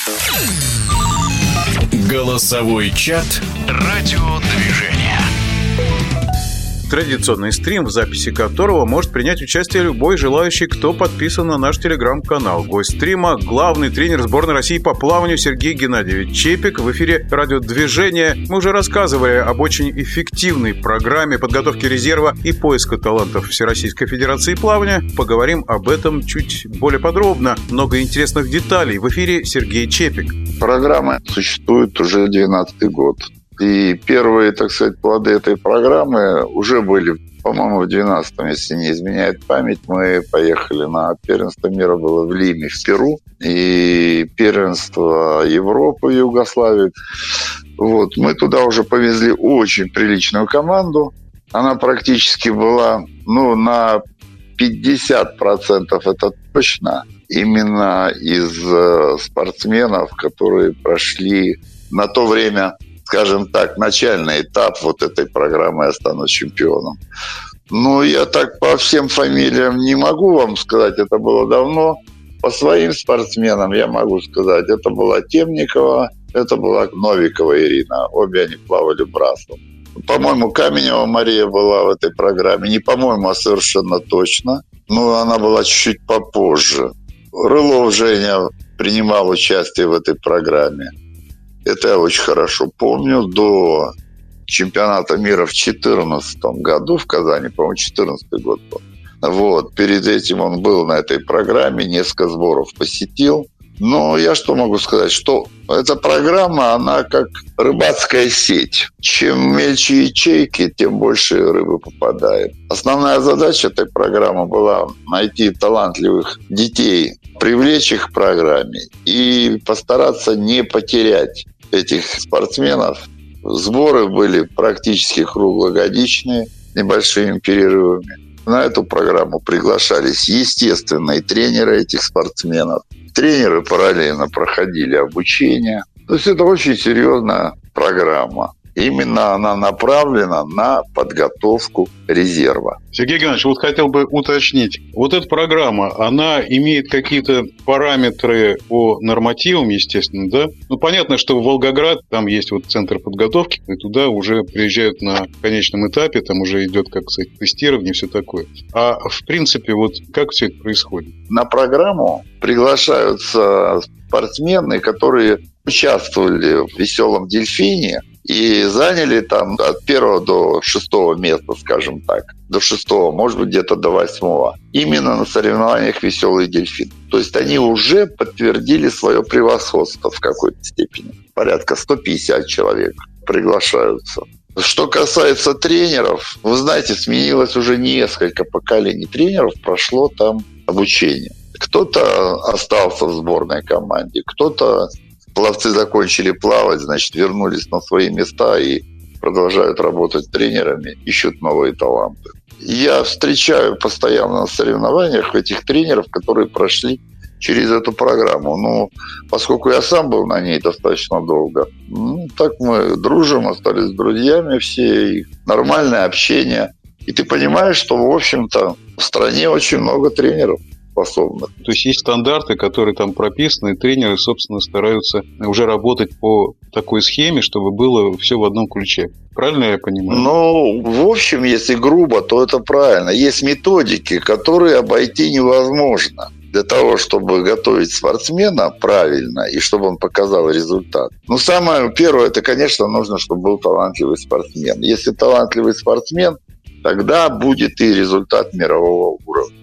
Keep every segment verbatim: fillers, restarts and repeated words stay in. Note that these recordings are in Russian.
Голосовой чат радиодвижения. Традиционный стрим, в записи которого может принять участие любой желающий, кто подписан на наш телеграм-канал. Гость стрима – главный тренер сборной России по плаванию Сергей Геннадьевич Чепик. В эфире радиодвижения. Мы уже рассказывали об очень эффективной программе подготовки резерва и поиска талантов Всероссийской Федерации плавания. Поговорим об этом чуть более подробно. Много интересных деталей. В эфире Сергей Чепик. Программа существует уже двенадцатый год. И первые, так сказать, плоды этой программы уже были, по-моему, в двенадцатом, если не изменяет память. Мы поехали на первенство мира, было в Лиме, в Перу, и первенство Европы в Югославии. Вот. Мы туда уже повезли очень приличную команду. Она практически была, ну, на пятьдесят процентов, это точно, именно из спортсменов, которые прошли на то время, скажем так, начальный этап вот этой программы «Я стану чемпионом». Ну, я так по всем фамилиям не могу вам сказать, это было давно. По своим спортсменам я могу сказать, это была Темникова, это была Новикова Ирина, обе они плавали брасом. По-моему, Каменева Мария была в этой программе, не по-моему, а совершенно точно, но она была чуть-чуть попозже. Рылов Женя принимал участие в этой программе. Это я очень хорошо помню. До чемпионата мира в две тысячи четырнадцатом году в Казани, по-моему, четырнадцатый год был. Вот. Перед этим он был на этой программе, несколько сборов посетил. Но я что могу сказать, что эта программа, она как рыбацкая сеть. Чем мельче ячейки, тем больше рыбы попадает. Основная задача этой программы была найти талантливых детей, привлечь их к программе и постараться не потерять этих спортсменов. Сборы были практически круглогодичные, небольшими перерывами. На эту программу приглашались, естественно, и тренеры этих спортсменов. Тренеры параллельно проходили обучение. То есть это очень серьезная программа. Именно она направлена на подготовку резерва. Сергей Геннадьевич, вот хотел бы уточнить. Вот эта программа, она имеет какие-то параметры по нормативам, естественно, да? Ну, понятно, что в Волгоград, там есть вот центр подготовки, и туда уже приезжают на конечном этапе, там уже идет, как сказать, тестирование, все такое. А в принципе, вот как все это происходит? На программу приглашаются спортсмены, которые участвовали в «Веселом дельфине», и заняли там от первого до шестого места, скажем так, до шестого, может быть, где-то до восьмого, именно на соревнованиях «Веселый дельфин». То есть они уже подтвердили свое превосходство в какой-то степени. Порядка сто пятьдесят человек приглашаются. Что касается тренеров, вы знаете, сменилось уже несколько поколений тренеров, прошло там обучение. Кто-то остался в сборной команде, кто-то... Пловцы закончили плавать, значит, вернулись на свои места и продолжают работать тренерами, ищут новые таланты. Я встречаю постоянно на соревнованиях этих тренеров, которые прошли через эту программу. Ну, поскольку я сам был на ней достаточно долго, ну, так мы дружим, остались друзьями все, и нормальное общение. И ты понимаешь, что, в общем-то, в стране очень много тренеров способных. То есть есть стандарты, которые там прописаны, и тренеры, собственно, стараются уже работать по такой схеме, чтобы было все в одном ключе. Правильно я понимаю? Ну, в общем, если грубо, то это правильно. Есть методики, которые обойти невозможно для того, чтобы готовить спортсмена правильно и чтобы он показал результат. Ну, самое первое, это, конечно, нужно, чтобы был талантливый спортсмен. Если талантливый спортсмен, тогда будет и результат мирового уровня.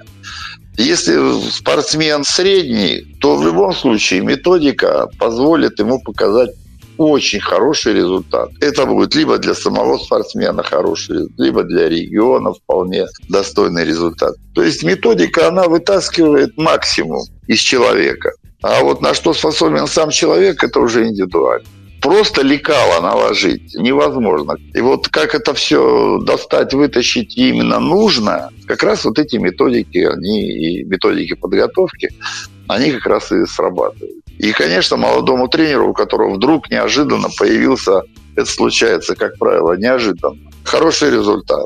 Если спортсмен средний, то в любом случае методика позволит ему показать очень хороший результат. Это будет либо для самого спортсмена хороший, либо для региона вполне достойный результат. То есть методика, она вытаскивает максимум из человека. А вот на что способен сам человек, это уже индивидуально. Просто лекало наложить невозможно. И вот как это все достать, вытащить именно нужно, как раз вот эти методики, они и методики подготовки, они как раз и срабатывают. И, конечно, молодому тренеру, у которого вдруг неожиданно появился, это случается, как правило, неожиданно, хороший результат.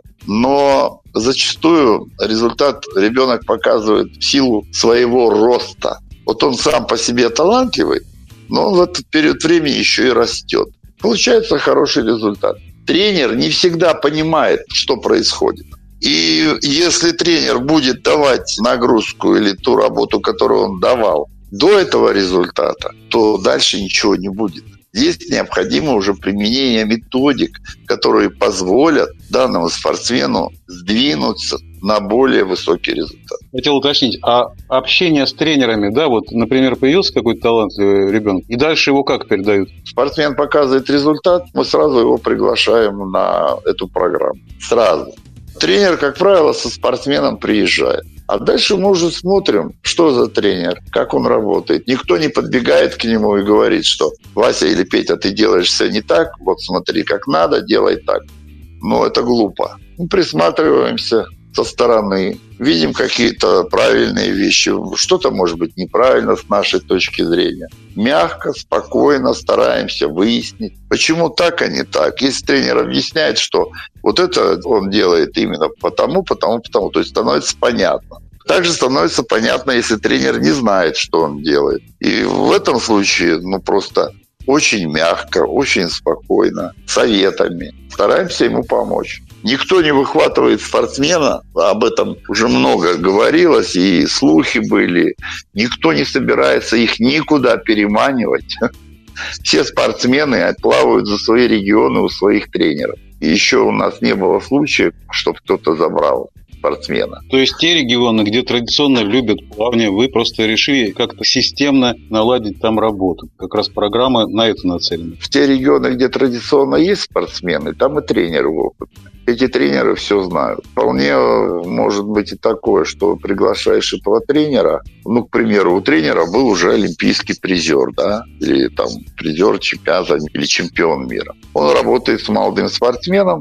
Но зачастую результат ребенок показывает в силу своего роста. Вот он сам по себе талантливый, но он в этот период времени еще и растет. Получается хороший результат. Тренер не всегда понимает, что происходит. И если тренер будет давать нагрузку или ту работу, которую он давал до этого результата, то дальше ничего не будет. Здесь необходимо уже применение методик, которые позволят данному спортсмену сдвинуться на более высокий результат. Хотел уточнить, а общение с тренерами, да, вот, например, появился какой-то талантливый ребенок, и дальше его как передают? Спортсмен показывает результат, мы сразу его приглашаем на эту программу. Сразу. Тренер, как правило, со спортсменом приезжает. А дальше мы уже смотрим, что за тренер, как он работает. Никто не подбегает к нему и говорит, что Вася или Петя, ты делаешь все не так, вот смотри, как надо, делай так. Но это глупо. Мы присматриваемся со стороны, видим какие-то правильные вещи, что-то может быть неправильно с нашей точки зрения. Мягко, спокойно стараемся выяснить, почему так, а не так. Если тренер объясняет, что вот это он делает именно потому, потому, потому, то есть становится понятно. Также становится понятно, если тренер не знает, что он делает. И в этом случае, ну, просто очень мягко, очень спокойно, советами стараемся ему помочь. Никто не выхватывает спортсмена, об этом уже много говорилось, и слухи были. Никто не собирается их никуда переманивать. Все спортсмены плавают за свои регионы у своих тренеров. И еще у нас не было случаев, чтобы кто-то забрал спортсмена. То есть те регионы, где традиционно любят плавание, вы просто решили как-то системно наладить там работу. Как раз программа на это нацелена. В те регионы, где традиционно есть спортсмены, там и тренеры опытные. Эти тренеры все знают. Вполне может быть и такое, что приглашаешь этого тренера. Ну, к примеру, у тренера был уже олимпийский призер, да, или там призер чемпионата или чемпион мира. Он работает с молодым спортсменом,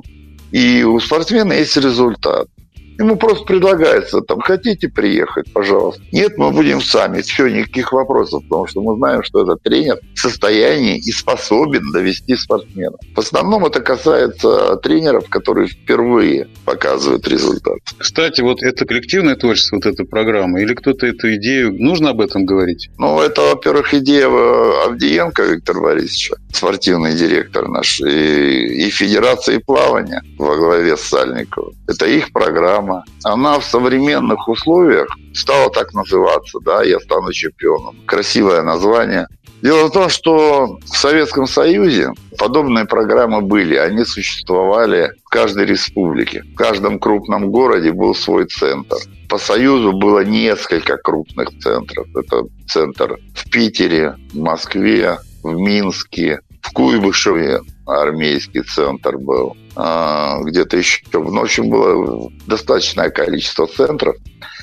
и у спортсмена есть результат. Ему просто предлагается, там, хотите приехать, пожалуйста. Нет, мы будем сами. Все, никаких вопросов, потому что мы знаем, что этот тренер в состоянии и способен довести спортсмена. В основном это касается тренеров, которые впервые показывают результат. Кстати, вот это коллективное творчество, вот эта программа, или кто-то эту идею, нужно об этом говорить? Ну, это, во-первых, идея Авдеенко Виктора Борисовича, спортивный директор наш, и, и Федерации плавания во главе с Сальниковым. Это их программа. Она в современных условиях стала так называться, да, «Я стану чемпионом». Красивое название. Дело в том, что в Советском Союзе подобные программы были, они существовали в каждой республике. В каждом крупном городе был свой центр. По Союзу было несколько крупных центров. Это центр в Питере, в Москве, в Минске, в Куйбышеве армейский центр был. Где-то еще. В общем, было достаточное количество центров,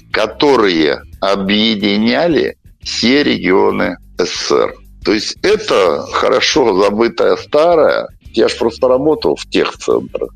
которые объединяли все регионы СССР. То есть это хорошо забытое старое. Я же просто работал в тех центрах.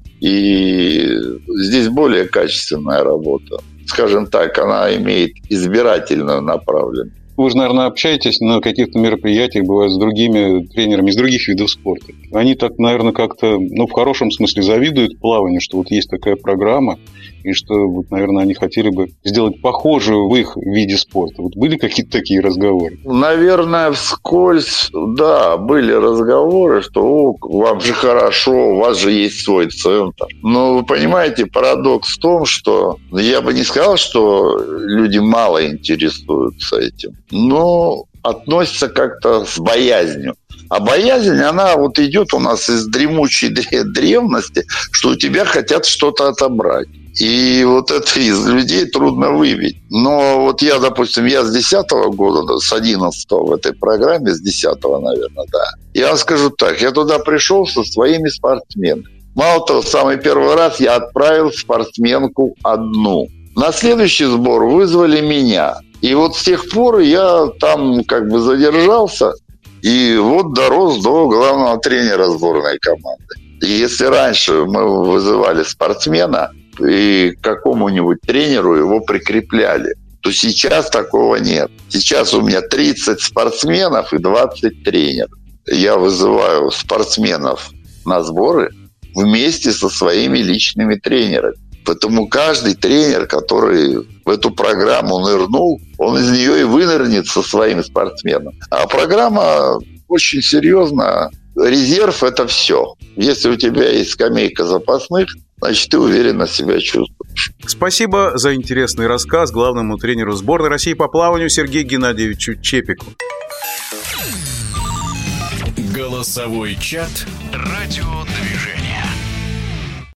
И здесь более качественная работа. Скажем так, она имеет избирательную направленность. Вы же, наверное, общаетесь на каких-то мероприятиях, бывает, с другими тренерами из других видов спорта. Они так, наверное, как-то, ну, в хорошем смысле завидуют плаванию, что вот есть такая программа, и что, вот, наверное, они хотели бы сделать похожую в их виде спорта. Вот были какие-то такие разговоры? Наверное, вскользь, да, были разговоры, что о, вам же хорошо, у вас же есть свой центр. Но вы понимаете, парадокс в том, что я бы не сказал, что люди мало интересуются этим, но относятся как-то с боязнью. А боязнь, она вот идет у нас из дремучей древности, что у тебя хотят что-то отобрать. И вот это из людей трудно выбить. Но вот я, допустим, я с десятого года, с одиннадцатого в этой программе, с десятого, наверное, да. Я вам скажу так, я туда пришел со своими спортсменами. Мало того, самый первый раз я отправил спортсменку одну. На следующий сбор вызвали меня. И вот с тех пор я там как бы задержался, и вот дорос до главного тренера сборной команды. И если раньше мы вызывали спортсмена, и к какому-нибудь тренеру его прикрепляли, то сейчас такого нет. Сейчас у меня тридцать спортсменов и двадцать тренеров. Я вызываю спортсменов на сборы вместе со своими личными тренерами. Поэтому каждый тренер, который в эту программу нырнул, он из нее и вынырнет со своим спортсменом. А программа очень серьезно. Резерв – это все. Если у тебя есть скамейка запасных, значит, ты уверенно себя чувствуешь. Спасибо за интересный рассказ главному тренеру сборной России по плаванию Сергею Геннадьевичу Чепику. Голосовой чат «Радиодвижение».